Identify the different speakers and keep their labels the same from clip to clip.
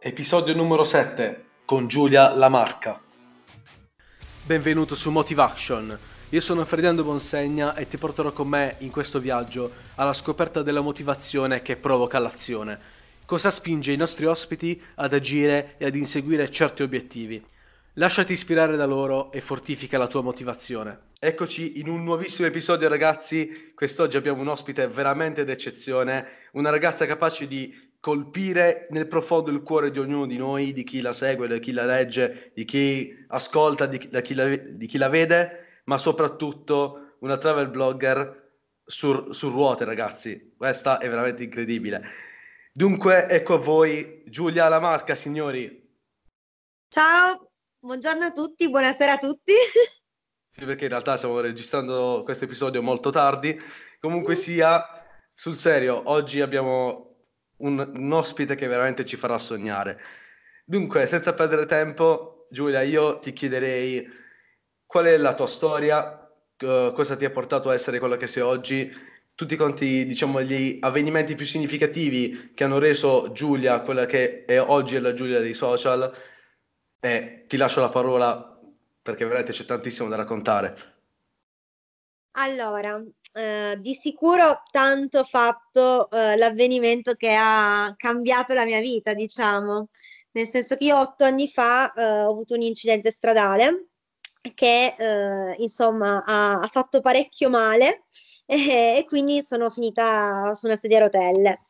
Speaker 1: Episodio numero 7 con Giulia Lamarca. Benvenuto su Motivation. Io sono Ferdinando Bonsegna e ti porterò con me in questo viaggio alla scoperta della motivazione che provoca l'azione. Cosa spinge i nostri ospiti ad agire e ad inseguire certi obiettivi? Lasciati ispirare da loro e fortifica la tua motivazione. Eccoci in un nuovissimo episodio, ragazzi. Quest'oggi abbiamo un ospite veramente d'eccezione, una ragazza capace di colpire nel profondo il cuore di ognuno di noi, di chi la segue, di chi la legge, di chi ascolta, di chi la vede, ma soprattutto una travel blogger su ruote, ragazzi. Questa è veramente incredibile. Dunque, ecco a voi Giulia Lamarca, signori.
Speaker 2: Ciao, buongiorno a tutti, buonasera a tutti.
Speaker 1: Sì, perché in realtà stiamo registrando questo episodio molto tardi. Comunque sia, sul serio, oggi abbiamo un ospite che veramente ci farà sognare. Dunque, senza perdere tempo, Giulia, io ti chiederei qual è la tua storia, cosa ti ha portato a essere quello che sei oggi, tutti quanti, diciamo, gli avvenimenti più significativi che hanno reso Giulia quella che è oggi la Giulia dei social. E ti lascio la parola perché veramente c'è tantissimo da raccontare.
Speaker 2: Allora, di sicuro tanto fatto l'avvenimento che ha cambiato la mia vita, diciamo. Nel senso che io 8 anni fa ho avuto un incidente stradale che insomma ha fatto parecchio male e quindi sono finita su una sedia a rotelle.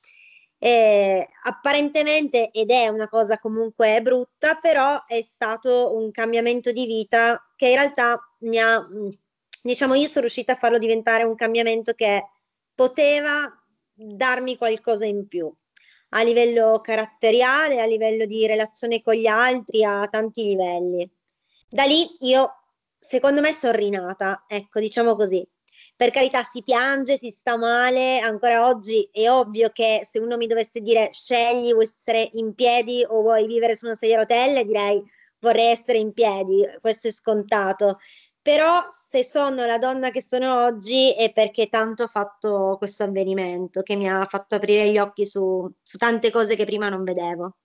Speaker 2: Apparentemente, ed è una cosa comunque brutta, però è stato un cambiamento di vita che in realtà diciamo, io sono riuscita a farlo diventare un cambiamento che poteva darmi qualcosa in più a livello caratteriale, a livello di relazione con gli altri, a tanti livelli. Da lì io, secondo me, sono rinata, ecco, diciamo così. Per carità, si piange, si sta male, ancora oggi è ovvio che se uno mi dovesse dire scegli, vuoi essere in piedi o vuoi vivere su una sedia a rotelle, direi vorrei essere in piedi, questo è scontato. Però se sono la donna che sono oggi è perché tanto ho fatto questo avvenimento che mi ha fatto aprire gli occhi su tante cose che prima non vedevo.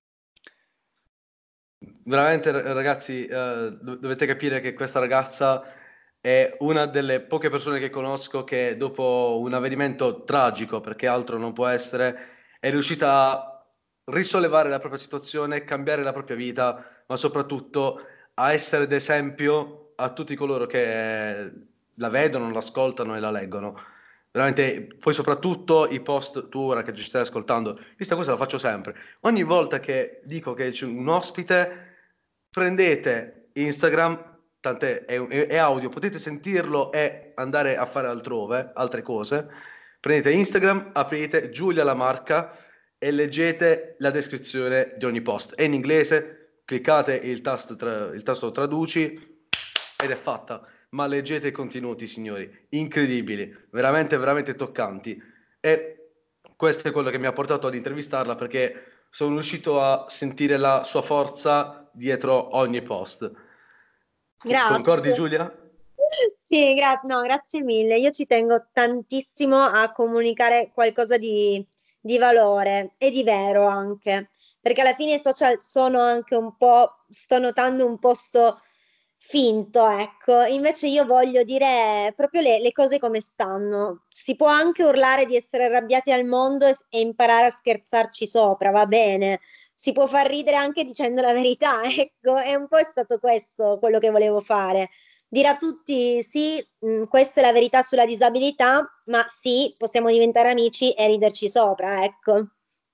Speaker 1: Veramente, ragazzi, dovete capire che questa ragazza è una delle poche persone che conosco che dopo un avvenimento tragico, perché altro non può essere, è riuscita a risollevare la propria situazione, cambiare la propria vita, ma soprattutto a essere d'esempio a tutti coloro che la vedono, l'ascoltano e la leggono. Veramente, poi soprattutto i post, tu ora che ci stai ascoltando, questa cosa la faccio sempre. Ogni volta che dico che c'è un ospite, prendete Instagram, tant'è è audio, potete sentirlo e andare a fare altrove, altre cose. Prendete Instagram, aprite Giulia Lamarca e leggete la descrizione di ogni post. È in inglese, cliccate il tasto traduci ed è fatta. Ma leggete i contenuti, signori, incredibili, veramente, veramente toccanti. E questo è quello che mi ha portato ad intervistarla perché sono riuscito a sentire la sua forza dietro ogni post. Concordi,
Speaker 2: Grazie.
Speaker 1: Giulia?
Speaker 2: Sì, no, grazie mille. Io ci tengo tantissimo a comunicare qualcosa di valore e di vero anche, perché alla fine i social sono anche un po', sto notando un posto finto, ecco. Invece io voglio dire proprio le cose come stanno. Si può anche urlare di essere arrabbiati al mondo e imparare a scherzarci sopra, va bene. Si può far ridere anche dicendo la verità, ecco, e un po' è stato questo quello che volevo fare. Dire a tutti sì, questa è la verità sulla disabilità, ma sì, possiamo diventare amici e riderci sopra, ecco.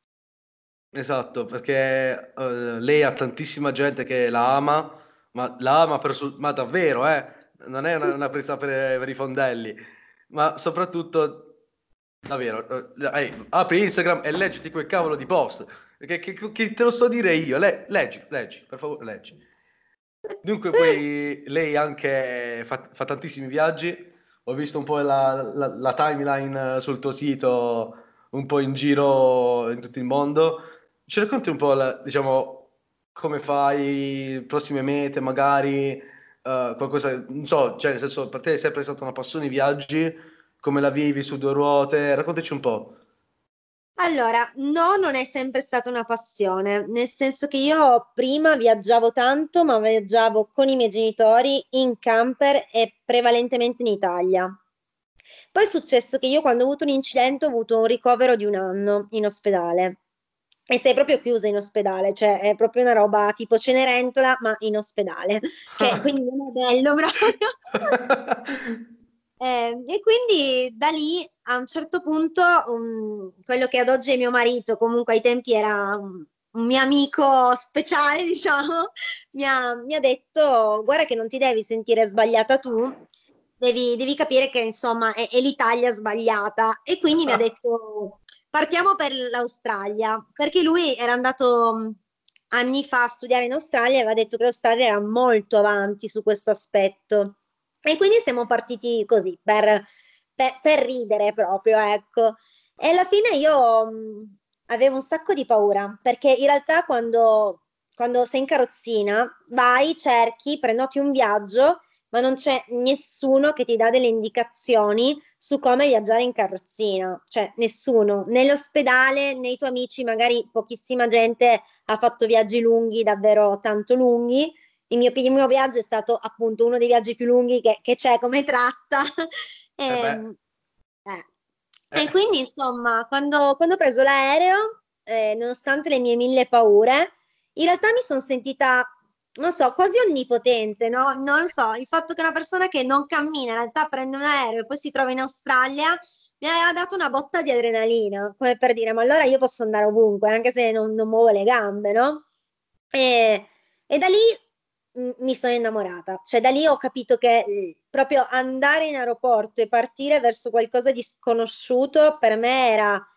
Speaker 1: Esatto, perché lei ha tantissima gente che la ama, ma la ama ma davvero, non è una presa per i fondelli, ma soprattutto, davvero, apri Instagram e leggiti quel cavolo di post, che te lo sto a dire io, leggi, leggi, per favore, leggi. Dunque poi lei anche fa tantissimi viaggi, ho visto un po' la timeline sul tuo sito, un po' in giro in tutto il mondo. Ci racconti un po', diciamo, come fai, prossime mete magari, qualcosa, non so, cioè nel senso per te è sempre stata una passione i viaggi, come la vivi su due ruote, raccontaci un po'.
Speaker 2: Allora, no, non è sempre stata una passione, nel senso che io prima viaggiavo tanto, ma viaggiavo con i miei genitori in camper e prevalentemente in Italia. Poi è successo che io quando ho avuto un incidente ho avuto un ricovero di un anno in ospedale e sei proprio chiusa in ospedale, cioè è proprio una roba tipo Cenerentola, ma in ospedale, che quindi non è bello proprio. E quindi da lì a un certo punto quello che ad oggi è mio marito, comunque ai tempi era un mio amico speciale, diciamo, mi ha detto: guarda che non ti devi sentire sbagliata tu, devi capire che insomma è l'Italia sbagliata. E quindi mi ha detto: partiamo per l'Australia, perché lui era andato anni fa a studiare in Australia e aveva detto che l'Australia era molto avanti su questo aspetto. E quindi siamo partiti così, per ridere proprio, ecco. E alla fine io avevo un sacco di paura, perché in realtà quando sei in carrozzina, vai, cerchi, prenoti un viaggio, ma non c'è nessuno che ti dà delle indicazioni su come viaggiare in carrozzina, cioè nessuno, né l'ospedale, né i tuoi amici, magari pochissima gente ha fatto viaggi lunghi, davvero tanto lunghi. Il mio viaggio è stato appunto uno dei viaggi più lunghi che c'è come tratta.
Speaker 1: Eh beh,
Speaker 2: Ehm, eh. E
Speaker 1: eh,
Speaker 2: quindi insomma, quando ho preso l'aereo, nonostante le mie mille paure, in realtà mi sono sentita, non so, quasi onnipotente, no? Non lo so, il fatto che una persona che non cammina, in realtà prende un aereo e poi si trova in Australia, mi aveva dato una botta di adrenalina, come per dire, ma allora io posso andare ovunque, anche se non muovo le gambe, no? E, e da lì mi sono innamorata, cioè da lì ho capito che proprio andare in aeroporto e partire verso qualcosa di sconosciuto per me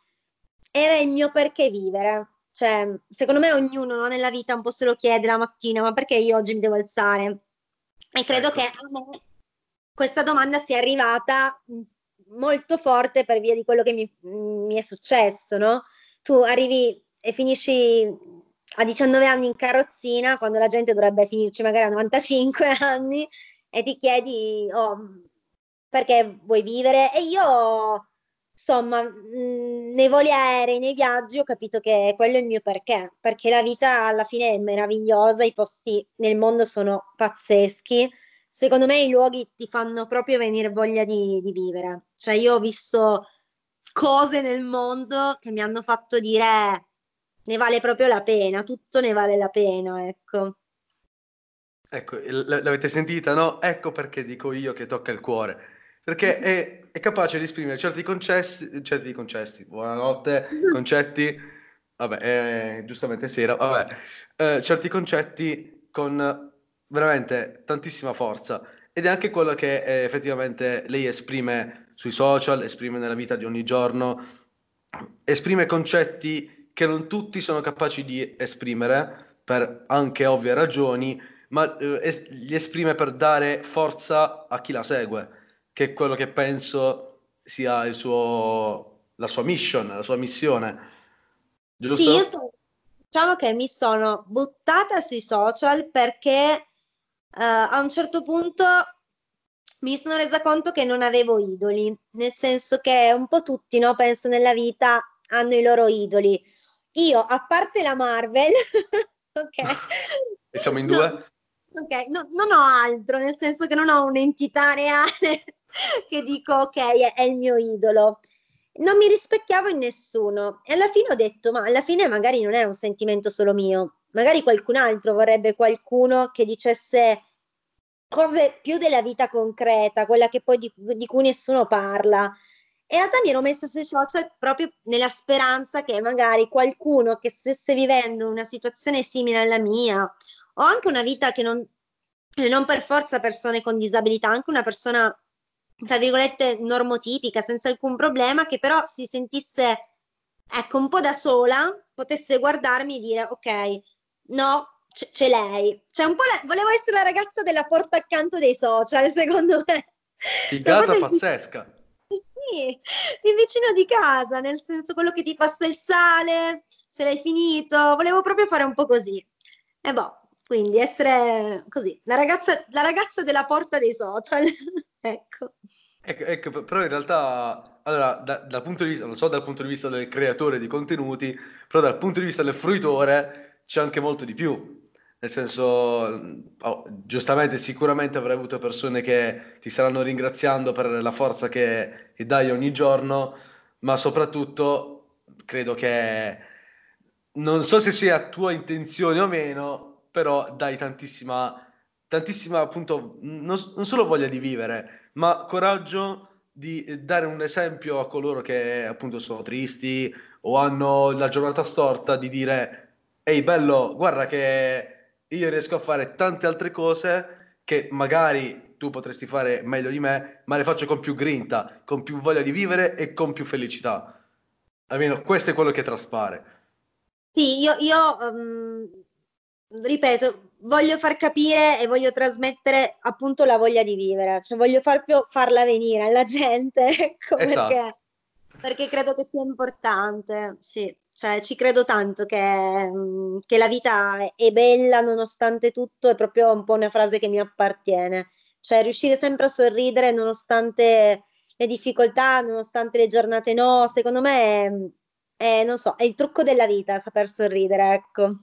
Speaker 2: era il mio perché vivere. Cioè, secondo me ognuno, no, nella vita un po' se lo chiede la mattina, ma perché io oggi mi devo alzare? E credo che
Speaker 1: ecco.
Speaker 2: a me questa domanda sia arrivata molto forte per via di quello che mi è successo, no? Tu arrivi e finisci a 19 anni in carrozzina, quando la gente dovrebbe finirci magari a 95 anni, e ti chiedi, oh, perché vuoi vivere? E io, insomma, nei voli aerei, nei viaggi, ho capito che quello è il mio perché la vita alla fine è meravigliosa, i posti nel mondo sono pazzeschi. Secondo me i luoghi ti fanno proprio venire voglia di vivere. Cioè, io ho visto cose nel mondo che mi hanno fatto dire ne vale proprio la pena, tutto ne vale la pena, ecco.
Speaker 1: Ecco, l'avete sentita, no? Ecco perché dico io che tocca il cuore, perché è capace di esprimere certi concetti, buonanotte, concetti, vabbè, giustamente è sera, vabbè, certi concetti con veramente tantissima forza ed è anche quello che effettivamente lei esprime sui social, esprime nella vita di ogni giorno, esprime concetti che non tutti sono capaci di esprimere per anche ovvie ragioni, ma li esprime per dare forza a chi la segue, che è quello che penso sia la sua mission, la sua missione,
Speaker 2: Sì,
Speaker 1: giusto?
Speaker 2: diciamo che mi sono buttata sui social perché a un certo punto mi sono resa conto che non avevo idoli, nel senso che un po' tutti, no, penso nella vita hanno i loro idoli. Io, a parte la Marvel, ok,
Speaker 1: E siamo in
Speaker 2: no,
Speaker 1: due?
Speaker 2: ok, non ho altro, nel senso che non ho un'entità reale che dico, ok, è il mio idolo. Non mi rispecchiavo in nessuno e alla fine ho detto, ma alla fine magari non è un sentimento solo mio, magari qualcun altro vorrebbe qualcuno che dicesse cose più della vita concreta, quella che poi di cui nessuno parla. E in realtà mi ero messa sui social proprio nella speranza che magari qualcuno che stesse vivendo una situazione simile alla mia, o anche una vita che non per forza persone con disabilità, anche una persona, tra virgolette, normotipica, senza alcun problema, che però si sentisse, ecco, un po' da sola, potesse guardarmi e dire, ok, no, c'è lei. Cioè, un po' volevo essere la ragazza della porta accanto dei social, secondo me. Sono
Speaker 1: Figata
Speaker 2: proprio
Speaker 1: pazzesca.
Speaker 2: sì, il vicino di casa, nel senso quello che ti passa il sale, se l'hai finito. Volevo proprio fare un po' così. E boh, quindi essere così, la ragazza della porta dei social. Ecco.
Speaker 1: Ecco, però in realtà allora, dal punto di vista, non so dal punto di vista del creatore di contenuti, però dal punto di vista del fruitore c'è anche molto di più. Nel senso, giustamente, sicuramente avrai avuto persone che ti staranno ringraziando per la forza che dai ogni giorno, ma soprattutto credo che, non so se sia tua intenzione o meno, però dai tantissima appunto, non solo voglia di vivere, ma coraggio di dare un esempio a coloro che appunto sono tristi o hanno la giornata storta, di dire, ehi bello, guarda che io riesco a fare tante altre cose che magari tu potresti fare meglio di me, ma le faccio con più grinta, con più voglia di vivere e con più felicità. Almeno questo è quello che traspare.
Speaker 2: Sì, ripeto, voglio far capire e voglio trasmettere appunto la voglia di vivere, cioè voglio farla venire alla gente, ecco
Speaker 1: Esatto.
Speaker 2: perché credo che sia importante, sì, cioè ci credo tanto che la vita è bella nonostante tutto, è proprio un po' una frase che mi appartiene, cioè riuscire sempre a sorridere nonostante le difficoltà, nonostante le giornate no, secondo me non so, è il trucco della vita, saper sorridere, ecco.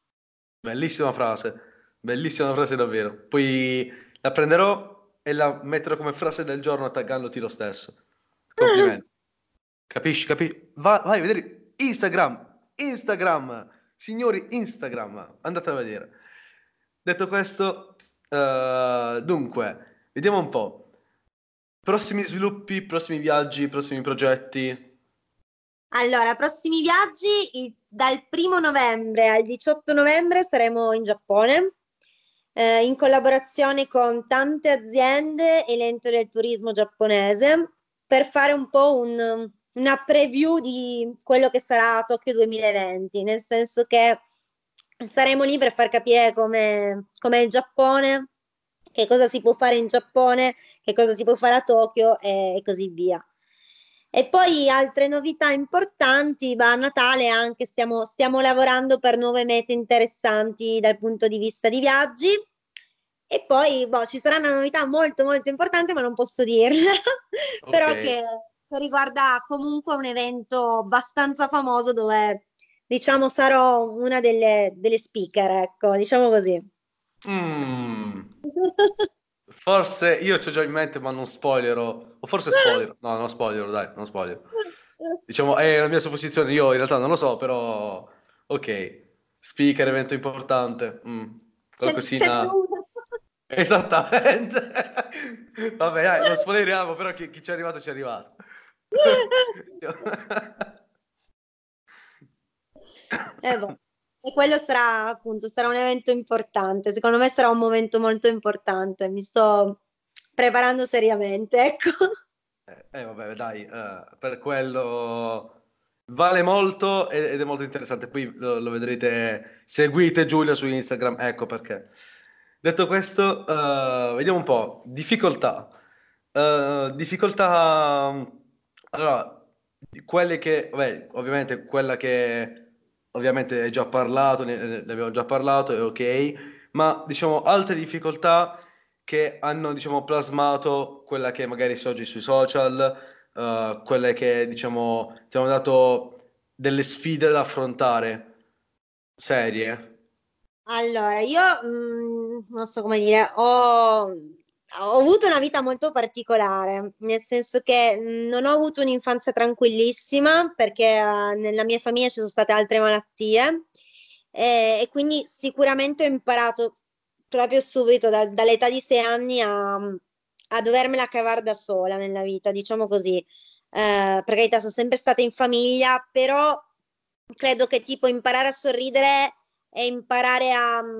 Speaker 1: Bellissima frase davvero. Poi la prenderò e la metterò come frase del giorno taggandoti lo stesso. Complimenti. Capisci? Vai a vedere Instagram, signori Instagram, andate a vedere. Detto questo, dunque, vediamo un po'. Prossimi sviluppi, prossimi viaggi, prossimi progetti.
Speaker 2: Allora, prossimi viaggi, dal 1° novembre al 18 novembre saremo in Giappone, in collaborazione con tante aziende e l'ente del turismo giapponese, per fare un po' una preview di quello che sarà Tokyo 2020, nel senso che saremo lì per far capire com'è il Giappone, che cosa si può fare in Giappone, che cosa si può fare a Tokyo e così via. E poi altre novità importanti, a Natale anche stiamo lavorando per nuove mete interessanti dal punto di vista di viaggi. E poi ci sarà una novità molto molto importante, ma non posso dirla,
Speaker 1: Ok.
Speaker 2: però che riguarda comunque un evento abbastanza famoso dove diciamo sarò una delle speaker, ecco, diciamo così.
Speaker 1: Mm. Forse io c'ho già in mente, ma non spoilerò. O forse spoilerò. No, non spoilerò, dai, non spoilerò. Diciamo, è la mia supposizione, io in realtà non lo so, però... Ok. Speaker, evento importante.
Speaker 2: C'è
Speaker 1: Qualcosina...
Speaker 2: voluto.
Speaker 1: Esattamente. Vabbè, dai, non spoileriamo, però chi ci è arrivato ci è arrivato.
Speaker 2: Boh. E quello sarà appunto, sarà un evento importante. Secondo me sarà un momento molto importante. Mi sto preparando seriamente, ecco.
Speaker 1: Vabbè, dai, per quello vale molto ed è molto interessante. Poi lo vedrete, seguite Giulia su Instagram, ecco perché. Detto questo, vediamo un po'. Difficoltà. Difficoltà, allora, quelle che, vabbè, ovviamente quella che ovviamente hai già parlato, ne abbiamo già parlato, è ok, ma diciamo altre difficoltà che hanno, diciamo, plasmato quella che magari si oggi sui social, quelle che, diciamo, ti hanno dato delle sfide da affrontare, serie.
Speaker 2: Allora, io non so come dire, ho avuto una vita molto particolare, nel senso che non ho avuto un'infanzia tranquillissima perché nella mia famiglia ci sono state altre malattie e quindi sicuramente ho imparato proprio subito, dall'età di 6 anni, a dovermela cavare da sola nella vita, diciamo così. Per carità, sono sempre stata in famiglia, però credo che tipo imparare a sorridere e imparare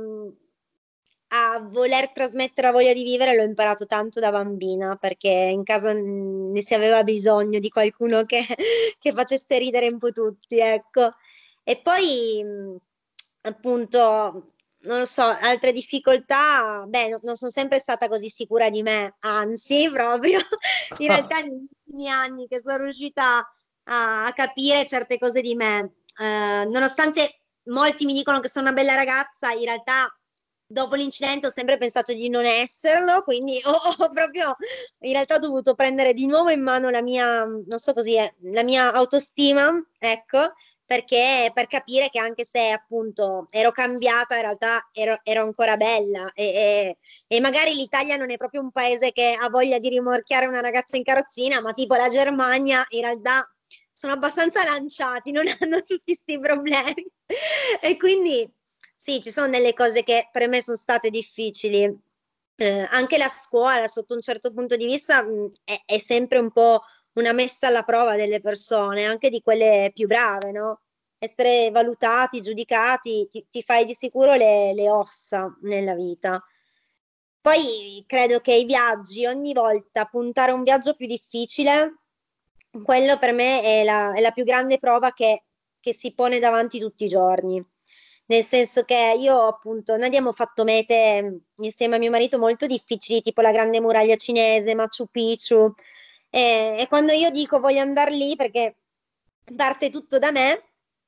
Speaker 2: a voler trasmettere la voglia di vivere l'ho imparato tanto da bambina, perché in casa ne si aveva bisogno di qualcuno che facesse ridere un po' tutti, ecco. E poi, appunto, non lo so, altre difficoltà, beh, non sono sempre stata così sicura di me, anzi, proprio, in realtà negli ultimi anni che sono riuscita a capire certe cose di me, nonostante molti mi dicono che sono una bella ragazza, in realtà dopo l'incidente ho sempre pensato di non esserlo, quindi ho proprio in realtà ho dovuto prendere di nuovo in mano la mia, non so così, la mia autostima, ecco, perché per capire che anche se appunto ero cambiata, in realtà ero ancora bella e magari l'Italia non è proprio un paese che ha voglia di rimorchiare una ragazza in carrozzina, ma tipo la Germania in realtà sono abbastanza lanciati, non hanno tutti questi problemi. E quindi sì, ci sono delle cose che per me sono state difficili. Anche la scuola, sotto un certo punto di vista, è sempre un po' una messa alla prova delle persone, anche di quelle più brave, no? Essere valutati, giudicati, ti fai di sicuro le ossa nella vita. Poi credo che i viaggi, ogni volta puntare a un viaggio più difficile, quello per me è la più grande prova che si pone davanti tutti i giorni. Nel senso che io, appunto, noi abbiamo fatto mete insieme a mio marito molto difficili, tipo la Grande Muraglia Cinese, Machu Picchu. E quando io dico voglio andare lì perché parte tutto da me,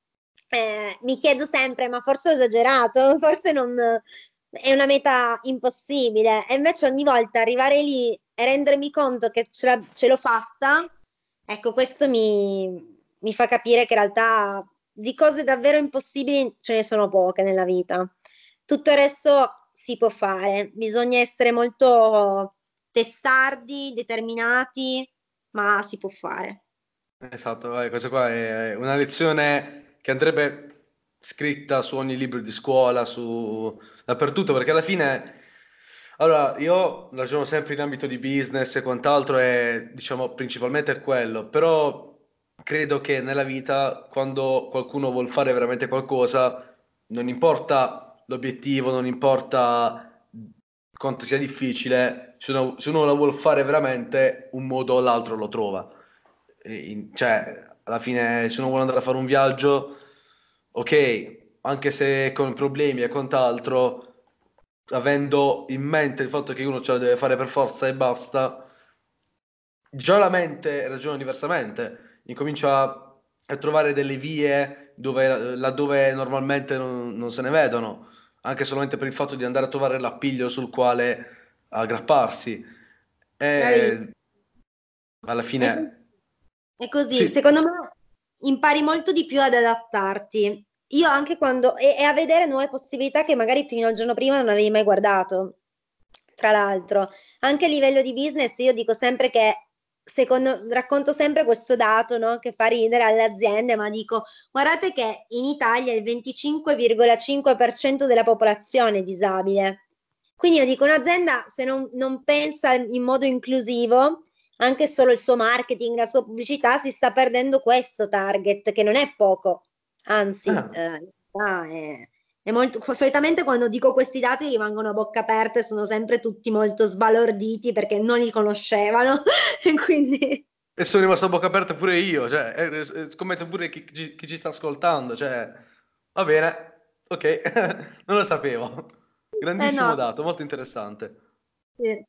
Speaker 2: mi chiedo sempre, ma forse ho esagerato, forse non è una meta impossibile. E invece ogni volta arrivare lì e rendermi conto che ce l'ho fatta, ecco, questo mi fa capire che in realtà di cose davvero impossibili ce ne sono poche nella vita. Tutto il resto si può fare, bisogna essere molto testardi, determinati, ma si può fare.
Speaker 1: Esatto, questa qua è una lezione che andrebbe scritta su ogni libro di scuola, dappertutto, perché alla fine, allora, io ragiono sempre in ambito di business e quant'altro e diciamo principalmente è quello, però credo che nella vita, quando qualcuno vuol fare veramente qualcosa, non importa l'obiettivo, non importa quanto sia difficile, se uno la vuol fare veramente, un modo o l'altro lo trova. Cioè, alla fine, se uno vuole andare a fare un viaggio, ok, anche se con problemi e quant'altro, avendo in mente il fatto che uno ce la deve fare per forza e basta, già la mente ragiona diversamente, incomincia a trovare delle vie laddove normalmente non se ne vedono, anche solamente per il fatto di andare a trovare l'appiglio sul quale aggrapparsi.
Speaker 2: Bravi.
Speaker 1: E alla
Speaker 2: È così.
Speaker 1: fine,
Speaker 2: È così,
Speaker 1: sì.
Speaker 2: secondo me impari molto di più ad adattarti. Io anche quando, e a vedere nuove possibilità che magari fino al giorno prima non avevi mai guardato. Tra l'altro, anche a livello di business, io dico sempre che, racconto sempre questo dato, no, che fa ridere alle aziende, ma dico, guardate che in Italia il 25,5% della popolazione è disabile. Quindi io dico, un'azienda se non pensa in modo inclusivo, anche solo il suo marketing, la sua pubblicità, si sta perdendo questo target, che non è poco, anzi,
Speaker 1: Ah,
Speaker 2: è molto, solitamente quando dico questi dati rimangono a bocca aperta e sono sempre tutti molto sbalorditi perché non li conoscevano, e quindi...
Speaker 1: e sono rimasto a bocca aperta pure io, cioè, scommetto pure chi ci sta ascoltando, cioè, va bene, ok, non lo sapevo.
Speaker 2: Eh
Speaker 1: Grandissimo
Speaker 2: no,
Speaker 1: dato, molto interessante.
Speaker 2: sì.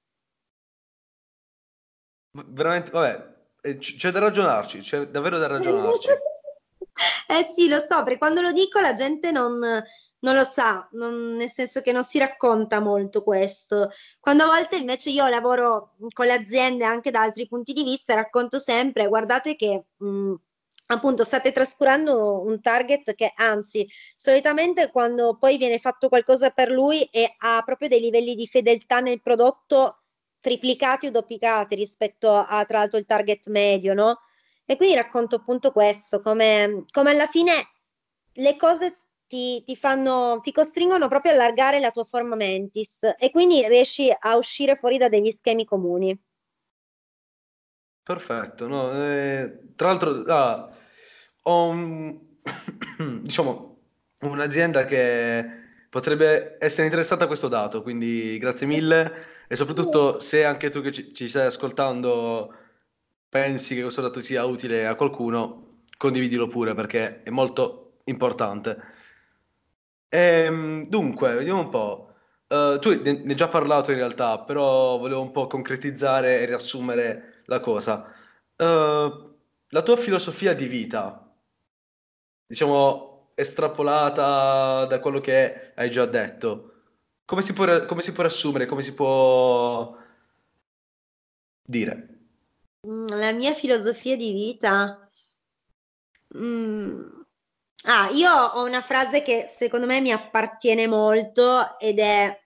Speaker 1: Veramente, vabbè, c'è da ragionarci, c'è davvero da ragionarci.
Speaker 2: Eh sì, lo so, perché quando lo dico la gente non lo sa, nel senso che non si racconta molto questo. Quando a volte invece io lavoro con le aziende anche da altri punti di vista, racconto sempre, guardate che appunto state trascurando un target che anzi, solitamente quando poi viene fatto qualcosa per lui e ha proprio dei livelli di fedeltà nel prodotto triplicati o doppiati rispetto a tra l'altro il target medio, no? E quindi racconto appunto questo, come alla fine le cose ti costringono proprio a allargare la tua forma mentis e quindi riesci a uscire fuori da degli schemi comuni.
Speaker 1: Perfetto, no? Tra l'altro, ho diciamo, un'azienda che potrebbe essere interessata a questo dato, quindi grazie mille e soprattutto se anche tu che ci stai ascoltando pensi che questo dato sia utile a qualcuno, condividilo pure perché è molto importante. Dunque, vediamo un po'. Tu ne hai già parlato in realtà, però volevo un po' concretizzare e riassumere la cosa. La tua filosofia di vita, diciamo, estrapolata da quello che hai già detto. come si può riassumere, come si può dire?
Speaker 2: La mia filosofia di vita. Mm. Ah, io ho una frase che secondo me mi appartiene molto ed è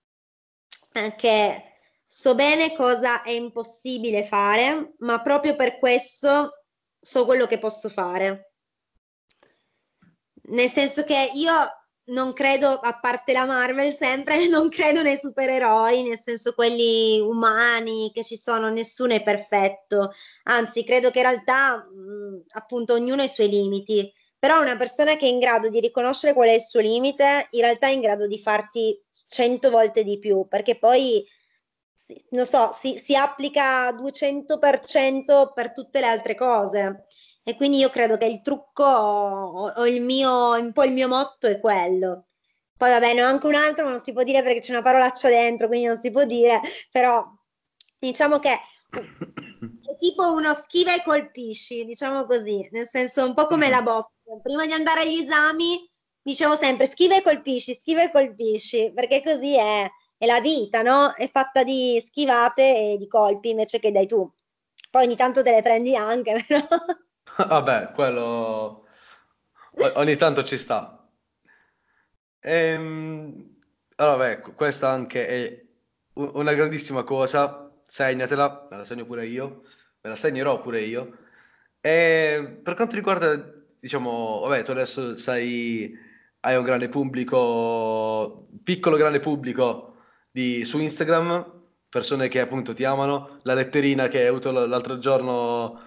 Speaker 2: che so bene cosa è impossibile fare, ma proprio per questo so quello che posso fare. Nel senso che io non credo, a parte la Marvel sempre, non credo nei supereroi, nel senso quelli umani che ci sono, nessuno è perfetto. Anzi, credo che in realtà, appunto, ognuno ha i suoi limiti. Però una persona che è in grado di riconoscere qual è il suo limite, in realtà è in grado di farti 100 volte di più, perché poi, non so, si applica 200% per tutte le altre cose. E quindi io credo che il trucco o il mio, un po' il mio motto è quello. Poi vabbè, ne ho anche un altro, ma non si può dire perché c'è una parolaccia dentro, quindi non si può dire, però diciamo che è tipo uno schiva e colpisci, diciamo così, nel senso un po' come la box. Prima di andare agli esami dicevo sempre schiva e colpisci, perché così è la vita, no? È fatta di schivate e di colpi invece che dai tu. Poi ogni tanto te le prendi anche, però.
Speaker 1: Vabbè, quello ogni tanto ci sta. Ehm, allora, beh, questa anche è una grandissima cosa, segnatela, me la segno pure io, me la segnerò pure io. E per quanto riguarda, diciamo, vabbè, tu adesso hai un grande pubblico, piccolo grande pubblico su Instagram, persone che appunto ti amano, la letterina che hai avuto l'altro giorno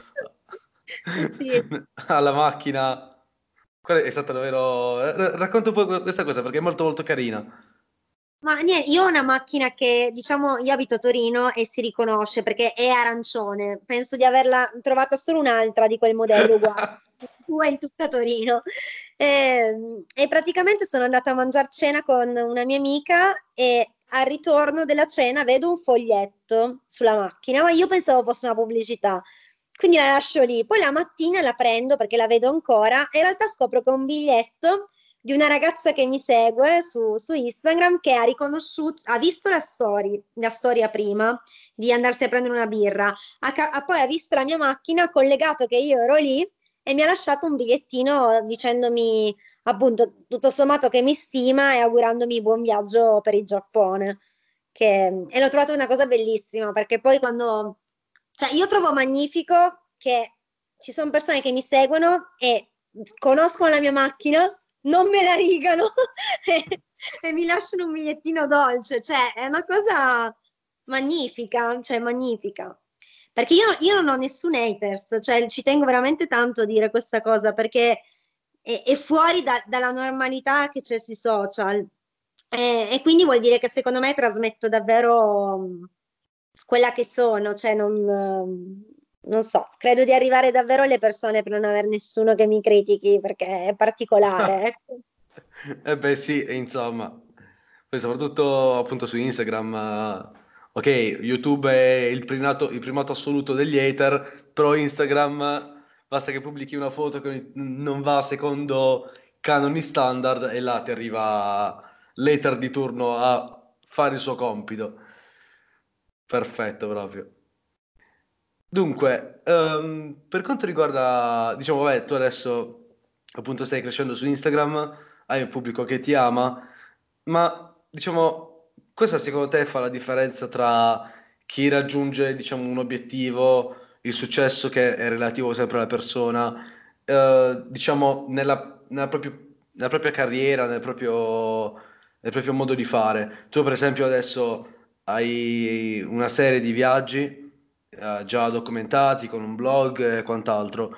Speaker 2: Sì,
Speaker 1: alla macchina. Quella è stata davvero. Racconta un po' questa cosa perché è molto molto carina.
Speaker 2: ma niente, io ho una macchina che, diciamo, io abito a Torino e si riconosce perché è arancione. Penso di averla trovata solo un'altra di quel modello uguale. Tua in tutta Torino. E praticamente sono andata a mangiare cena con una mia amica e al ritorno della cena vedo un foglietto sulla macchina, ma io pensavo fosse una pubblicità. Quindi la lascio lì. Poi la mattina la prendo perché la vedo ancora e in realtà scopro che è un biglietto di una ragazza che mi segue su Instagram che ha riconosciuto, ha visto la storia prima di andarsi a prendere una birra, poi ha visto la mia macchina, ha collegato che io ero lì e mi ha lasciato un bigliettino dicendomi appunto tutto sommato che mi stima e augurandomi buon viaggio per il Giappone. E l'ho trovato una cosa bellissima perché poi quando, cioè io trovo magnifico che ci sono persone che mi seguono e conoscono la mia macchina, non me la rigano e mi lasciano un bigliettino dolce, cioè è una cosa magnifica, cioè magnifica. Perché io non ho nessun haters, cioè ci tengo veramente tanto a dire questa cosa perché è fuori dalla normalità che c'è sui social. E quindi vuol dire che secondo me trasmetto davvero quella che sono, cioè non so, credo di arrivare davvero alle persone per non avere nessuno che mi critichi perché è particolare, ecco.
Speaker 1: Eh beh sì, e insomma, poi soprattutto appunto su Instagram, ok, YouTube è il primato assoluto degli hater, però Instagram basta che pubblichi una foto che non va secondo canoni standard e là ti arriva l'hater di turno a fare il suo compito. Perfetto proprio. Dunque, per quanto riguarda, diciamo, vabbè, tu adesso appunto stai crescendo su Instagram, hai un pubblico che ti ama, ma diciamo, cosa secondo te fa la differenza tra chi raggiunge, diciamo, un obiettivo, il successo che è relativo sempre alla persona, diciamo, nella propria carriera, nel proprio modo di fare? Tu, per esempio, adesso hai una serie di viaggi già documentati con un blog e quant'altro.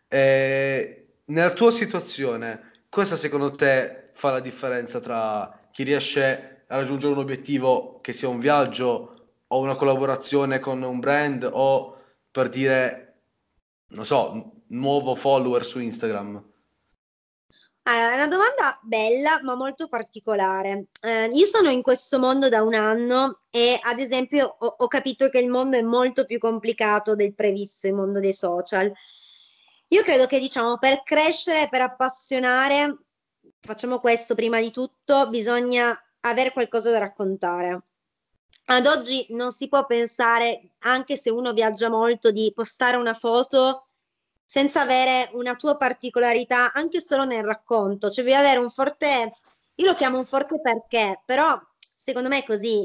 Speaker 1: Nella tua situazione, cosa secondo te fa la differenza tra chi riesce a raggiungere un obiettivo che sia un viaggio o una collaborazione con un brand o per dire, non so, nuovo follower su Instagram?
Speaker 2: Allora, è una domanda bella ma molto particolare. Io sono in questo mondo da un anno e ad esempio ho capito che il mondo è molto più complicato del previsto, il mondo dei social. Io credo che diciamo per crescere, per appassionare, facciamo questo prima di tutto, bisogna avere qualcosa da raccontare. Ad oggi non si può pensare, anche se uno viaggia molto, di postare una foto senza avere una tua particolarità, anche solo nel racconto. Cioè, devi avere un forte, io lo chiamo un forte perché, però secondo me è così,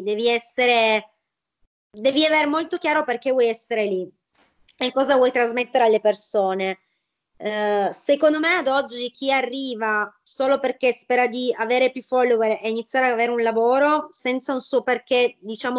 Speaker 2: devi avere molto chiaro perché vuoi essere lì e cosa vuoi trasmettere alle persone. Secondo me ad oggi chi arriva solo perché spera di avere più follower e iniziare ad avere un lavoro senza un suo perché, diciamo,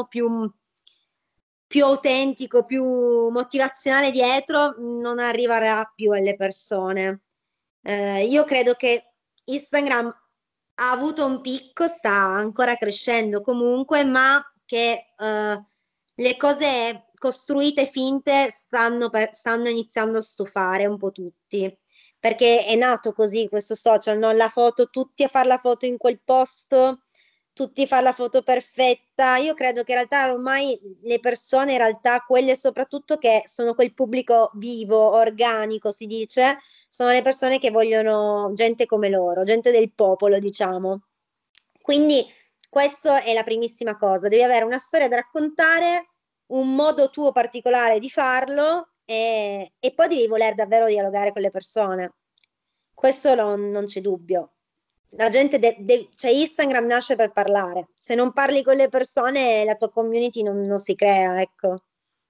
Speaker 2: più autentico, più motivazionale dietro, non arriverà più alle persone. Io credo che Instagram ha avuto un picco, sta ancora crescendo comunque, ma che le cose costruite finte stanno iniziando a stufare un po' tutti, perché è nato così questo social, no? La foto, tutti a fare la foto in quel posto, tutti a fare la foto perfetta. Io credo che in realtà ormai le persone, in realtà quelle soprattutto che sono quel pubblico vivo, organico, si dice, sono le persone che vogliono gente come loro, gente del popolo, diciamo. Quindi questa è la primissima cosa, devi avere una storia da raccontare, un modo tuo particolare di farlo e poi devi voler davvero dialogare con le persone. Questo non c'è dubbio. La gente, cioè Instagram nasce per parlare. Se non parli con le persone, la tua community non si crea, ecco.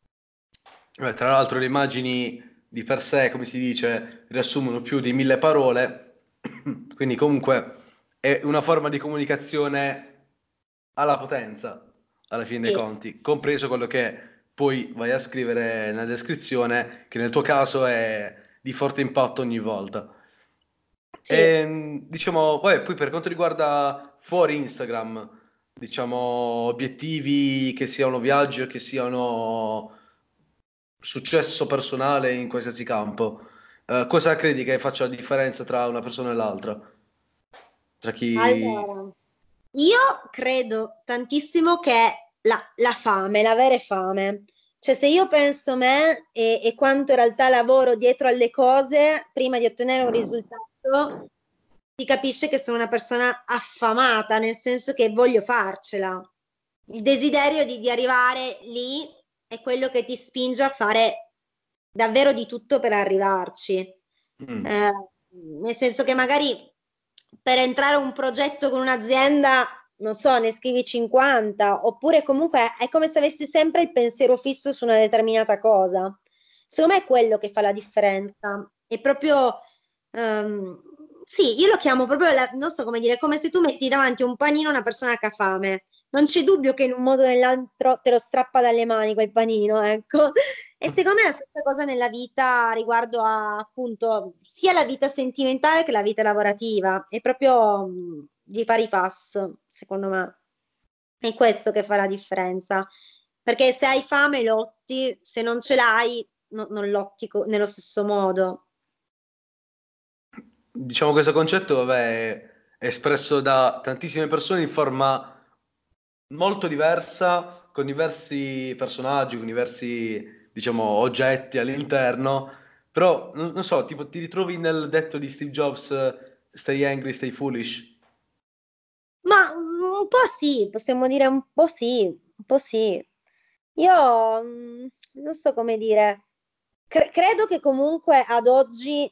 Speaker 1: Tra l'altro le immagini di per sé, come si dice, riassumono più di 1000 parole, quindi comunque è una forma di comunicazione alla potenza, alla fine dei
Speaker 2: Sì,
Speaker 1: conti, compreso quello che poi vai a scrivere nella descrizione, che nel tuo caso è di forte impatto ogni volta.
Speaker 2: sì.
Speaker 1: Diciamo, poi per quanto riguarda fuori Instagram, diciamo, obiettivi che siano viaggi o che siano successo personale in qualsiasi campo, cosa credi che faccia la differenza tra una persona e l'altra? Tra chi...
Speaker 2: Allora, io credo tantissimo che la fame, l'avere fame, cioè se io penso a me e quanto in realtà lavoro dietro alle cose prima di ottenere un risultato, si capisce che sono una persona affamata, nel senso che voglio farcela. Il desiderio di arrivare lì è quello che ti spinge a fare davvero di tutto per arrivarci.
Speaker 1: Mm.
Speaker 2: Nel senso che magari per entrare a un progetto con un'azienda, non so, ne scrivi 50, oppure comunque è come se avessi sempre il pensiero fisso su una determinata cosa. Secondo me è quello che fa la differenza. È proprio, ehm, sì, io lo chiamo proprio, non so come dire, come se tu metti davanti un panino a una persona che ha fame. Non c'è dubbio che in un modo o nell'altro te lo strappa dalle mani quel panino, ecco. E secondo me è la stessa cosa nella vita riguardo a appunto sia la vita sentimentale che la vita lavorativa. È proprio di pari passo, secondo me. È questo che fa la differenza. Perché se hai fame lotti, se non ce l'hai, non lotti nello stesso modo.
Speaker 1: Diciamo questo concetto, vabbè, è espresso da tantissime persone in forma molto diversa, con diversi personaggi, con diversi, diciamo, oggetti all'interno, però non so, tipo ti ritrovi nel detto di Steve Jobs, stay angry, stay foolish.
Speaker 2: Ma un po' sì, possiamo dire un po' sì, un po' sì. Io non so come dire, credo che comunque ad oggi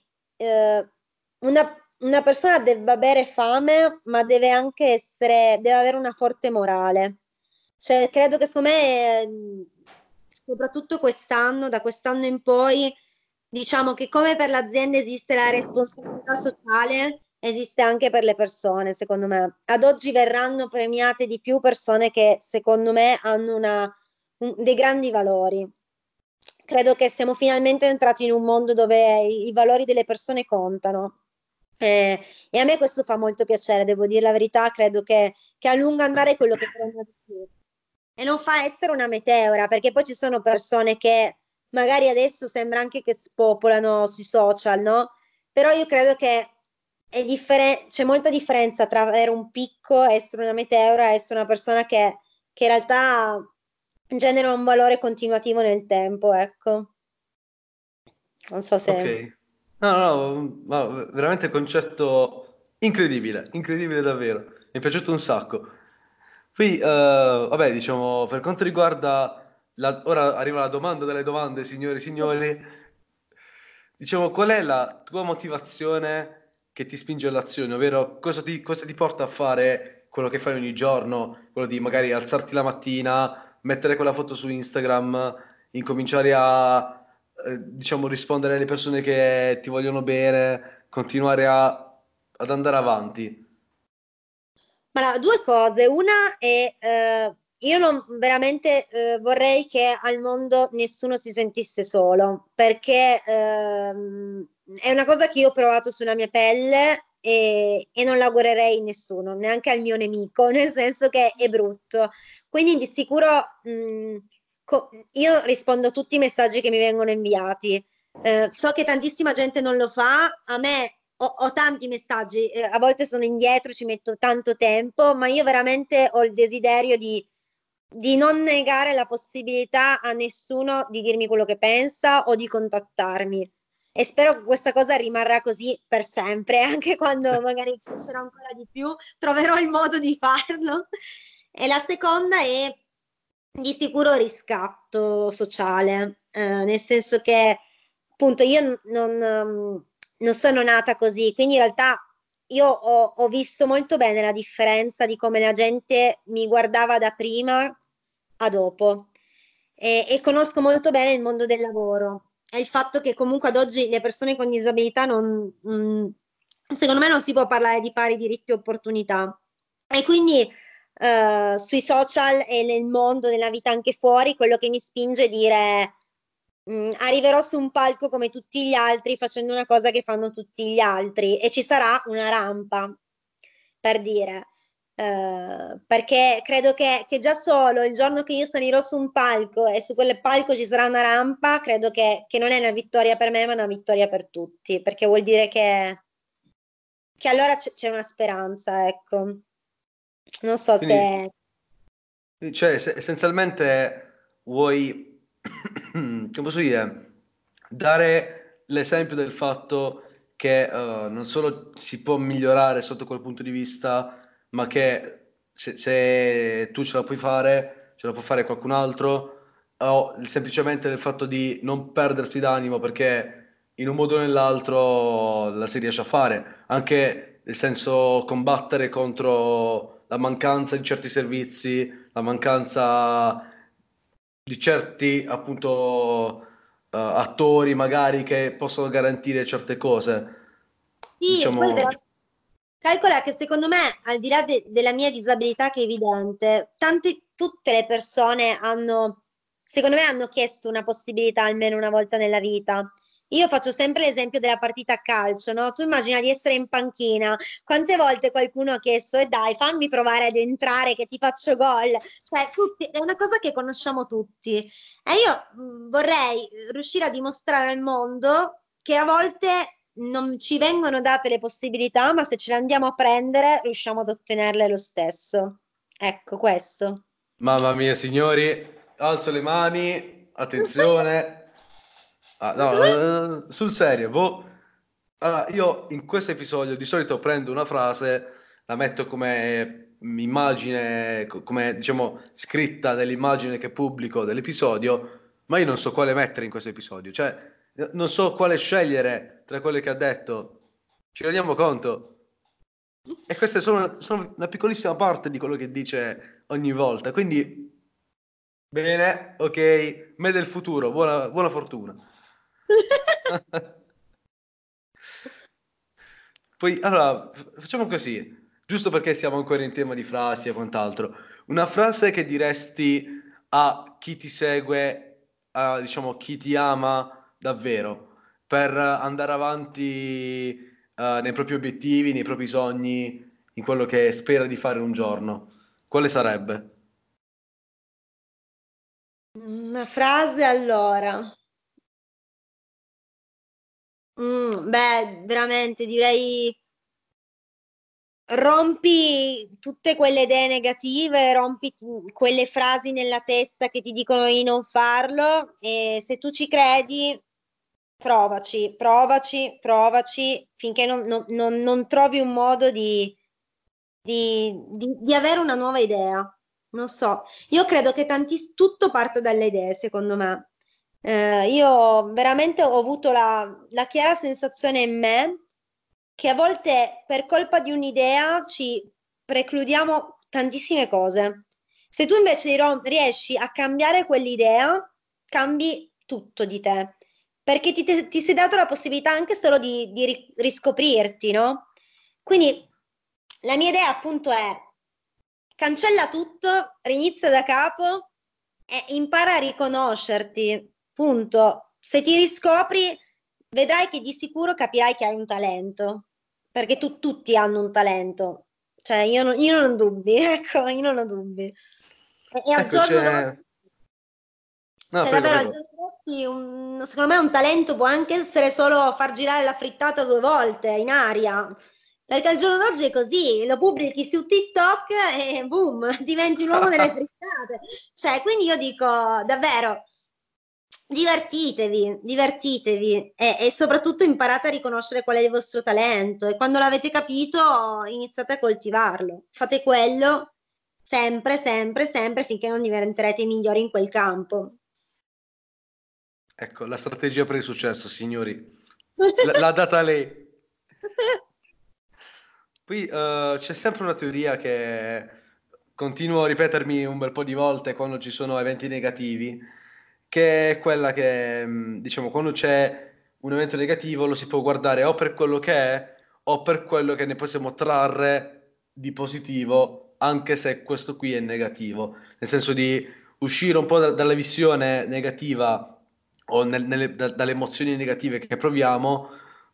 Speaker 2: una persona debba avere fame, ma deve anche deve avere una forte morale. Cioè, credo che secondo me, soprattutto quest'anno, da quest'anno in poi, diciamo che come per l'azienda esiste la responsabilità sociale, esiste anche per le persone, secondo me. Ad oggi verranno premiate di più persone che, secondo me, hanno dei grandi valori. Credo che siamo finalmente entrati in un mondo dove i valori delle persone contano. E a me questo fa molto piacere, devo dire la verità, credo che a lungo andare è quello che prende di più. E non fa essere una meteora, perché poi ci sono persone che magari adesso sembra anche che spopolano sui social, no? Però io credo che c'è molta differenza tra avere un picco, essere una meteora, e essere una persona che in realtà genera un valore continuativo nel tempo, ecco. Non so se...
Speaker 1: Ok. No, no, ma veramente concetto incredibile, incredibile davvero. Mi è piaciuto un sacco. Poi, vabbè, diciamo, per quanto riguarda ora arriva la domanda delle domande, signori e signori. Diciamo, qual è la tua motivazione che ti spinge all'azione? Ovvero, cosa ti porta a fare quello che fai ogni giorno? Quello di magari alzarti la mattina, mettere quella foto su Instagram, incominciare a, diciamo, rispondere alle persone che ti vogliono bene, continuare ad andare avanti.
Speaker 2: Ma due cose. Una è, io non veramente vorrei che al mondo nessuno si sentisse solo, perché è una cosa che io ho provato sulla mia pelle e non l'augurerei a nessuno, neanche al mio nemico, nel senso che è brutto. Quindi di sicuro io rispondo a tutti i messaggi che mi vengono inviati. So che tantissima gente non lo fa, a me ho tanti messaggi, a volte sono indietro, ci metto tanto tempo, ma io veramente ho il desiderio di non negare la possibilità a nessuno di dirmi quello che pensa o di contattarmi. E spero che questa cosa rimarrà così per sempre, anche quando magari crescerò ancora di più, troverò il modo di farlo. E la seconda è di sicuro riscatto sociale, nel senso che appunto io non sono nata così, quindi in realtà io ho visto molto bene la differenza di come la gente mi guardava da prima a dopo e conosco molto bene il mondo del lavoro e il fatto che comunque ad oggi le persone con disabilità secondo me non si può parlare di pari diritti e opportunità. E quindi sui social e nel mondo, nella vita anche fuori, quello che mi spinge è dire arriverò su un palco come tutti gli altri facendo una cosa che fanno tutti gli altri e ci sarà una rampa, per dire. Perché credo che già solo il giorno che io salirò su un palco e su quel palco ci sarà una rampa, credo che non è una vittoria per me, ma una vittoria per tutti, perché vuol dire che allora c'è una speranza, ecco. Non so
Speaker 1: Quindi,
Speaker 2: se...
Speaker 1: cioè, essenzialmente vuoi, come posso dire, dare l'esempio del fatto che non solo si può migliorare sotto quel punto di vista, ma che se tu ce la puoi fare, ce la può fare qualcun altro, o semplicemente del fatto di non perdersi d'animo perché in un modo o nell'altro la si riesce a fare, anche nel senso combattere contro la mancanza di certi servizi, la mancanza di certi appunto attori magari che possono garantire certe cose.
Speaker 2: Sì, poi
Speaker 1: Diciamo,
Speaker 2: veramente... Calcola che secondo me, al di là della mia disabilità che è evidente, tutte le persone hanno, secondo me, hanno chiesto una possibilità almeno una volta nella vita. Io faccio sempre l'esempio della partita a calcio, no? Tu immagina di essere in panchina, quante volte qualcuno ha chiesto, e dai, fammi provare ad entrare che ti faccio gol. Cioè, è una cosa che conosciamo tutti. E io vorrei riuscire a dimostrare al mondo che a volte non ci vengono date le possibilità, ma se ce le andiamo a prendere, riusciamo ad ottenerle lo stesso. Ecco questo.
Speaker 1: mamma mia, signori, alzo le mani, attenzione. Ah, no, sul serio, boh. Allora, io in questo episodio di solito prendo una frase, la metto come immagine, come diciamo scritta nell'immagine che pubblico dell'episodio, ma io non so quale mettere in questo episodio, cioè non so quale scegliere tra quelle che ha detto. Ci rendiamo conto? E questa è solo una piccolissima parte di quello che dice ogni volta, quindi bene, ok, me del futuro, buona fortuna. Poi, allora, facciamo così, giusto perché siamo ancora in tema di frasi e quant'altro. Una frase che diresti a chi ti segue, a, diciamo, chi ti ama davvero, per andare avanti, nei propri obiettivi, nei propri sogni, in quello che spera di fare un giorno. Quale sarebbe?
Speaker 2: Una frase allora. Beh, veramente direi rompi tutte quelle idee negative, rompi quelle frasi nella testa che ti dicono di non farlo e se tu ci credi, provaci, provaci, provaci finché non trovi un modo di avere una nuova idea. non so, io credo che tutto parte dalle idee, secondo me. Io veramente ho avuto la chiara sensazione in me che a volte per colpa di un'idea ci precludiamo tantissime cose. Se tu invece riesci a cambiare quell'idea, cambi tutto di te, perché ti sei dato la possibilità anche solo di riscoprirti, no? Quindi la mia idea appunto è cancella tutto, rinizia da capo e impara a riconoscerti, punto. Se ti riscopri, vedrai che di sicuro capirai che hai un talento, perché tutti hanno un talento, cioè io non ho dubbi, ecco, io non ho dubbi. E al
Speaker 1: Ecco,
Speaker 2: giorno d'oggi,
Speaker 1: c'è... No,
Speaker 2: cioè
Speaker 1: prego,
Speaker 2: davvero al
Speaker 1: prego.
Speaker 2: giorno d'oggi, secondo me un talento può anche essere solo far girare la frittata 2 volte in aria, perché al giorno d'oggi è così, lo pubblichi su TikTok e boom, diventi l'uomo delle frittate. Cioè, quindi io dico davvero, divertitevi, divertitevi e soprattutto imparate a riconoscere qual è il vostro talento e quando l'avete capito iniziate a coltivarlo. Fate quello sempre, sempre, sempre finché non diventerete i migliori in quel campo.
Speaker 1: Ecco, la strategia per il successo, signori. L'ha data lei. Poi c'è sempre una teoria che continuo a ripetermi un bel po' di volte quando ci sono eventi negativi, che è quella che, diciamo, quando c'è un evento negativo lo si può guardare o per quello che è o per quello che ne possiamo trarre di positivo, anche se questo qui è negativo. Nel senso di uscire un po' dalla visione negativa o dalle emozioni negative che proviamo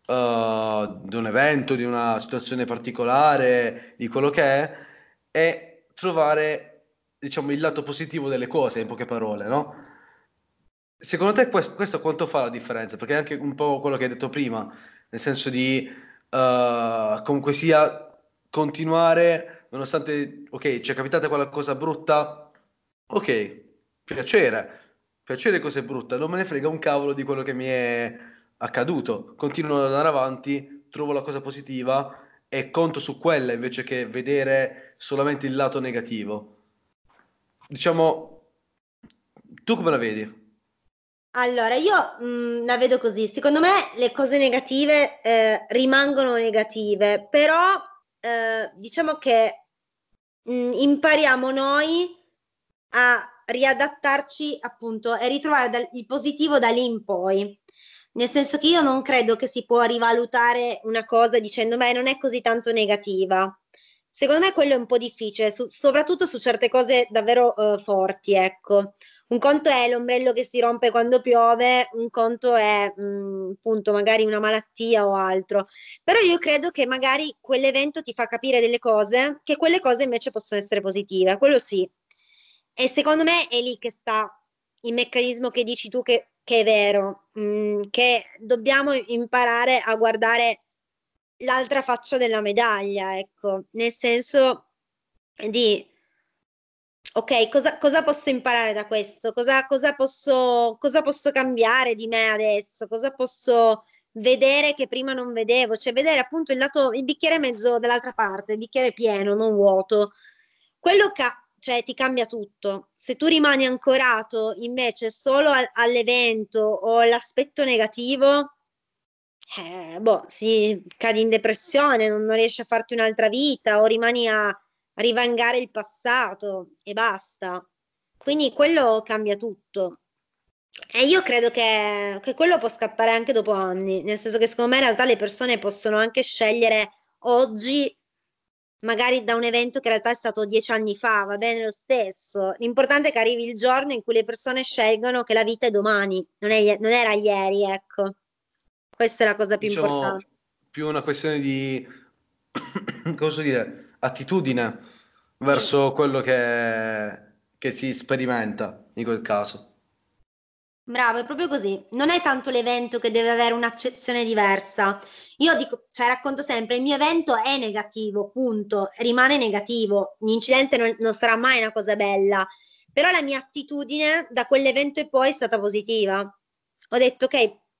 Speaker 1: di un evento, di una situazione particolare, di quello che è trovare, diciamo, il lato positivo delle cose, in poche parole, no? Secondo te questo quanto fa la differenza? Perché è anche un po' quello che hai detto prima, nel senso di comunque sia continuare, nonostante, ok, ci è capitata quella cosa brutta, ok, piacere, piacere cose brutte, non me ne frega un cavolo di quello che mi è accaduto, continuo ad andare avanti, trovo la cosa positiva e conto su quella invece che vedere solamente il lato negativo. Diciamo, tu come la vedi?
Speaker 2: Allora, io la vedo così. Secondo me le cose negative rimangono negative, però diciamo che impariamo noi a riadattarci appunto e ritrovare il positivo da lì in poi. Nel senso che io non credo che si può rivalutare una cosa dicendo, beh, non è così tanto negativa. Secondo me quello è un po' difficile, soprattutto su certe cose davvero forti, ecco. Un conto è l'ombrello che si rompe quando piove, un conto è appunto magari una malattia o altro. Però io credo che magari quell'evento ti fa capire delle cose, che quelle cose invece possono essere positive, quello sì. E secondo me è lì che sta il meccanismo che dici tu che è vero, che dobbiamo imparare a guardare l'altra faccia della medaglia, ecco, nel senso di ok, cosa posso imparare da questo? Cosa posso cambiare di me adesso? Cosa posso vedere che prima non vedevo? Cioè, vedere appunto il bicchiere mezzo dall'altra parte, il bicchiere pieno, non vuoto. Cioè, ti cambia tutto. Se tu rimani ancorato invece solo all'evento o all'aspetto negativo, boh, sì, cadi in depressione, non riesci a farti un'altra vita o rimani a rivangare il passato e basta. Quindi quello cambia tutto. E io credo che quello può scappare anche dopo anni, nel senso che secondo me in realtà le persone possono anche scegliere oggi, magari da un evento che in realtà è stato 10 anni fa, va bene lo stesso. L'importante è che arrivi il giorno in cui le persone scelgono che la vita è domani, non era ieri, ecco. Questa è la cosa più
Speaker 1: Diciamo
Speaker 2: importante.
Speaker 1: più una questione di, come posso dire, attitudine
Speaker 2: Sì.
Speaker 1: verso quello che si sperimenta in quel caso.
Speaker 2: Bravo, è proprio così. Non è tanto l'evento che deve avere un'accezione diversa. Io dico, cioè racconto sempre, il mio evento è negativo, punto, rimane negativo. L'incidente non sarà mai una cosa bella, però la mia attitudine da quell'evento e poi è stata positiva. Ho detto, ok,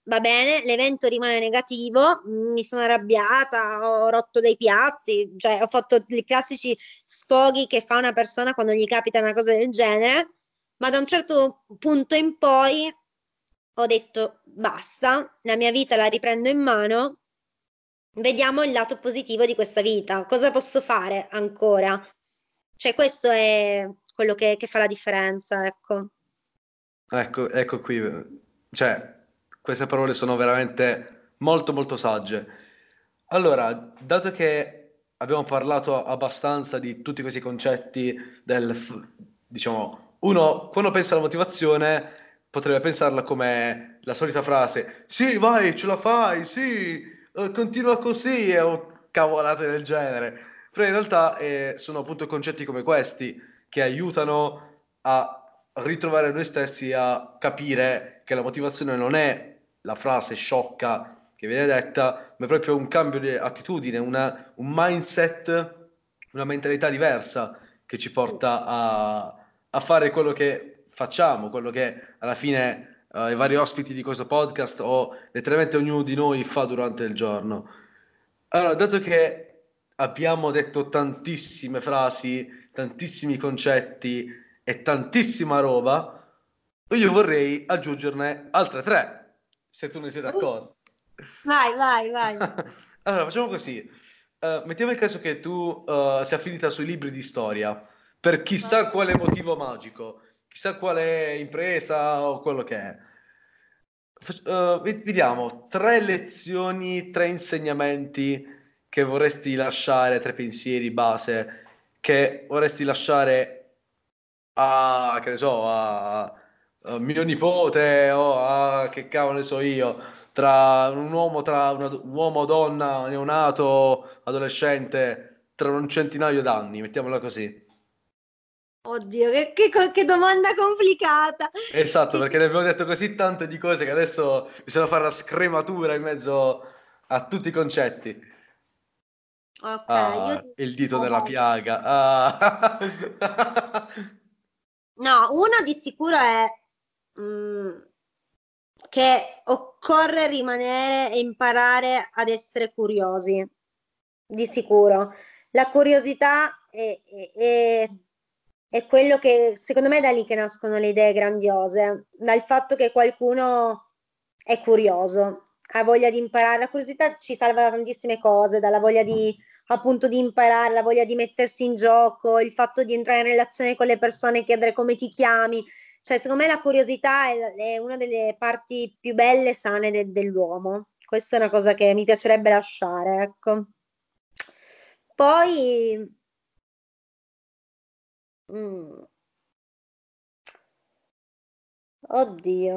Speaker 2: va bene, l'evento rimane negativo, mi sono arrabbiata, ho rotto dei piatti, cioè ho fatto i classici sfoghi che fa una persona quando gli capita una cosa del genere, ma da un certo punto in poi ho detto basta, la mia vita la riprendo in mano, vediamo il lato positivo di questa vita, cosa posso fare ancora? Cioè questo è quello che fa la differenza, ecco.
Speaker 1: Ecco qui, cioè, queste parole sono veramente molto molto sagge. Allora, dato che abbiamo parlato abbastanza di tutti questi concetti diciamo, uno quando pensa alla motivazione potrebbe pensarla come la solita frase, sì, vai, ce la fai, sì, continua così, o cavolate del genere. Però in realtà sono appunto concetti come questi che aiutano a ritrovare noi stessi, a capire che la motivazione non è la frase sciocca che viene detta, ma è proprio un cambio di attitudine, un mindset, una mentalità diversa che ci porta a fare quello che facciamo, quello che alla fine i vari ospiti di questo podcast o letteralmente ognuno di noi fa durante il giorno. Allora, dato che abbiamo detto tantissime frasi, tantissimi concetti e tantissima roba, io vorrei aggiungerne altre tre, se tu ne sei d'accordo.
Speaker 2: Vai, vai, vai.
Speaker 1: Allora, facciamo così. Mettiamo il caso che tu sia finita sui libri di storia, per chissà quale motivo magico, chissà quale impresa o quello che è. Vediamo tre lezioni, tre insegnamenti che vorresti lasciare, tre pensieri base che vorresti lasciare a, che ne so, a mio nipote o a che cavolo ne so io, tra un uomo, un uomo, donna, neonato, adolescente, tra un centinaio d'anni, mettiamola così.
Speaker 2: Oddio, che domanda complicata.
Speaker 1: Esatto,
Speaker 2: Che-
Speaker 1: perché ne abbiamo detto così tante di cose che adesso bisogna fare la scrematura in mezzo a tutti i concetti.
Speaker 2: Ok, io
Speaker 1: Ah,
Speaker 2: ti...
Speaker 1: il dito nella
Speaker 2: vabbè.
Speaker 1: piaga. Ah.
Speaker 2: No, uno di sicuro è mm, che occorre rimanere e imparare ad essere curiosi, di sicuro. La curiosità è quello che, secondo me, è da lì che nascono le idee grandiose, dal fatto che qualcuno è curioso, ha voglia di imparare. La curiosità ci salva da tantissime cose, dalla voglia di, appunto, di imparare, la voglia di mettersi in gioco, il fatto di entrare in relazione con le persone, chiedere come ti chiami. Cioè, secondo me la curiosità è una delle parti più belle e sane dell'uomo. Questa è una cosa che mi piacerebbe lasciare, ecco. Poi, mm, oddio,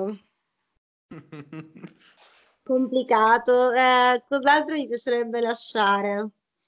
Speaker 2: complicato. Cos'altro mi piacerebbe lasciare?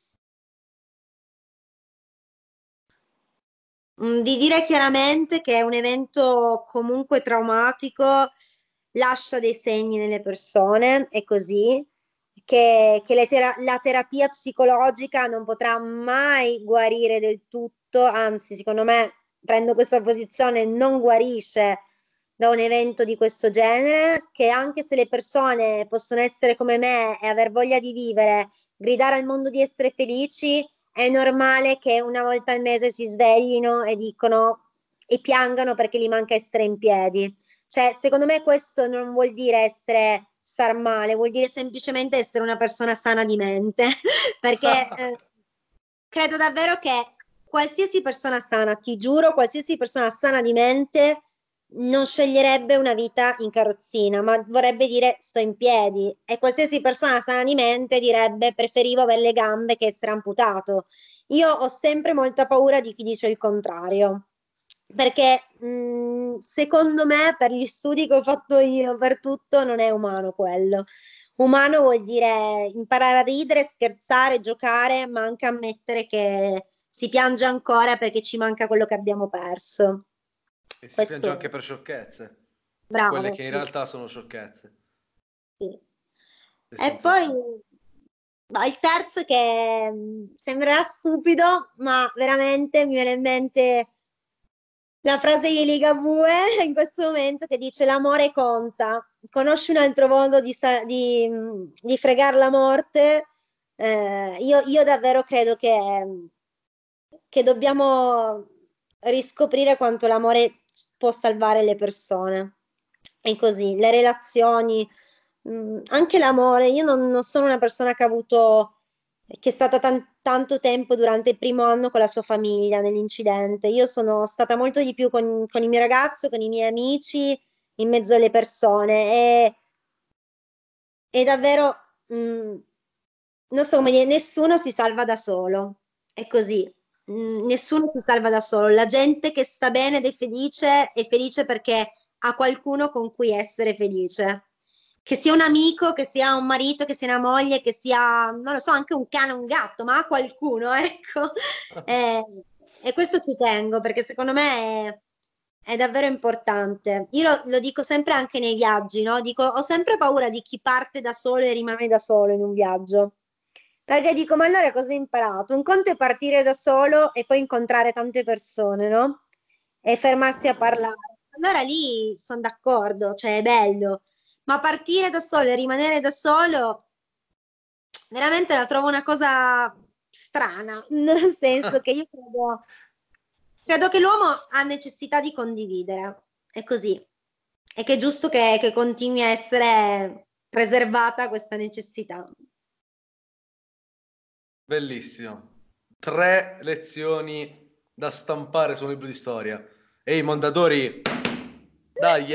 Speaker 2: Di dire chiaramente che è un evento comunque traumatico, lascia dei segni nelle persone, è così, che la terapia psicologica non potrà mai guarire del tutto, anzi, secondo me, prendo questa posizione, non guarisce da un evento di questo genere, che anche se le persone possono essere come me e aver voglia di vivere, gridare al mondo di essere felici, è normale che una volta al mese si sveglino e dicono e piangano perché gli manca essere in piedi. Cioè, secondo me questo non vuol dire essere star male, vuol dire semplicemente essere una persona sana di mente, perché credo davvero che qualsiasi persona sana, ti giuro, qualsiasi persona sana di mente non sceglierebbe una vita in carrozzina, ma vorrebbe dire sto in piedi e qualsiasi persona sana di mente direbbe preferivo avere le gambe che essere amputato. Io ho sempre molta paura di chi dice il contrario, perché secondo me, per gli studi che ho fatto io, per tutto, non è umano quello. Umano vuol dire imparare a ridere, scherzare, giocare, ma anche ammettere che si piange ancora perché ci manca quello che abbiamo perso.
Speaker 1: E si piange anche
Speaker 2: Questo,
Speaker 1: per sciocchezze, quelle
Speaker 2: bravo,
Speaker 1: che in
Speaker 2: sì,
Speaker 1: realtà sono sciocchezze,
Speaker 2: sì. E poi
Speaker 1: essenzialmente.
Speaker 2: il terzo che sembrerà stupido, ma veramente mi viene in mente la frase di Ligabue in questo momento che dice l'amore conta, conosci un altro modo di fregar la morte? Io davvero credo che dobbiamo riscoprire quanto l'amore può salvare le persone. E così, le relazioni, anche l'amore. Io non sono una persona che è stata tanto tempo durante il primo anno con la sua famiglia nell'incidente. Io sono stata molto di più con il mio ragazzo, con i miei amici, in mezzo alle persone. E davvero, non so come dire, nessuno si salva da solo. È così. Nessuno si salva da solo. La gente che sta bene ed è felice perché ha qualcuno con cui essere felice. Che sia un amico, che sia un marito, che sia una moglie, che sia, non lo so, anche un cane o un gatto, ma ha qualcuno, ecco. Eh, e questo ci tengo perché secondo me è davvero importante. Io lo dico sempre anche nei viaggi, no? Dico, ho sempre paura di chi parte da solo e rimane da solo in un viaggio. Perché dico, ma allora cosa hai imparato? Un conto è partire da solo e poi incontrare tante persone, no? E fermarsi a parlare. Allora lì sono d'accordo, cioè è bello. Ma partire da solo e rimanere da solo, veramente la trovo una cosa strana, nel senso che io credo che l'uomo ha necessità di condividere, è così. E che è giusto che continui a essere preservata questa necessità.
Speaker 1: Bellissimo. 3 lezioni da stampare su un libro di storia. Ehi, Mondadori, dai,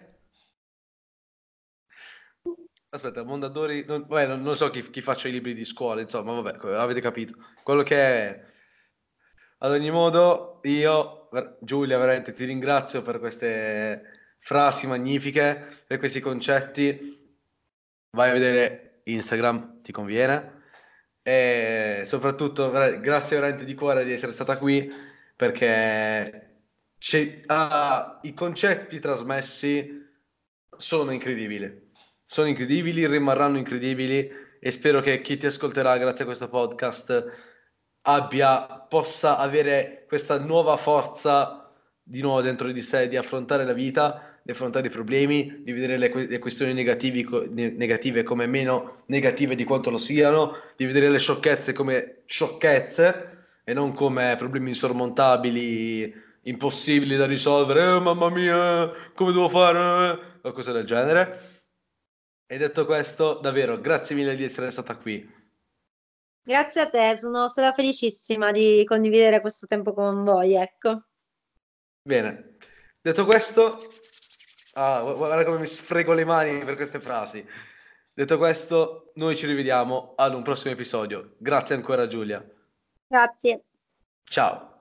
Speaker 1: Aspetta, Mondadori, non so chi faccia i libri di scuola, insomma, vabbè, avete capito. Quello che è. Ad ogni modo, io, Giulia, veramente ti ringrazio per queste frasi magnifiche, per questi concetti. Vai a vedere Instagram, ti conviene. E soprattutto, grazie veramente di cuore di essere stata qui, perché i concetti trasmessi sono incredibili. Sono incredibili, rimarranno incredibili e spero che chi ti ascolterà grazie a questo podcast possa avere questa nuova forza di nuovo dentro di sé di affrontare la vita, di affrontare i problemi, di vedere le questioni negative come meno negative di quanto lo siano, di vedere le sciocchezze come sciocchezze e non come problemi insormontabili, impossibili da risolvere. Mamma mia, come devo fare? O cose del genere. E detto questo, davvero, grazie mille di essere stata qui.
Speaker 2: Grazie a te, sono stata felicissima di condividere questo tempo con voi, ecco.
Speaker 1: Bene, detto questo, guarda come mi sfrego le mani per queste frasi. Detto questo, noi ci rivediamo ad un prossimo episodio. Grazie ancora Giulia.
Speaker 2: Grazie.
Speaker 1: Ciao.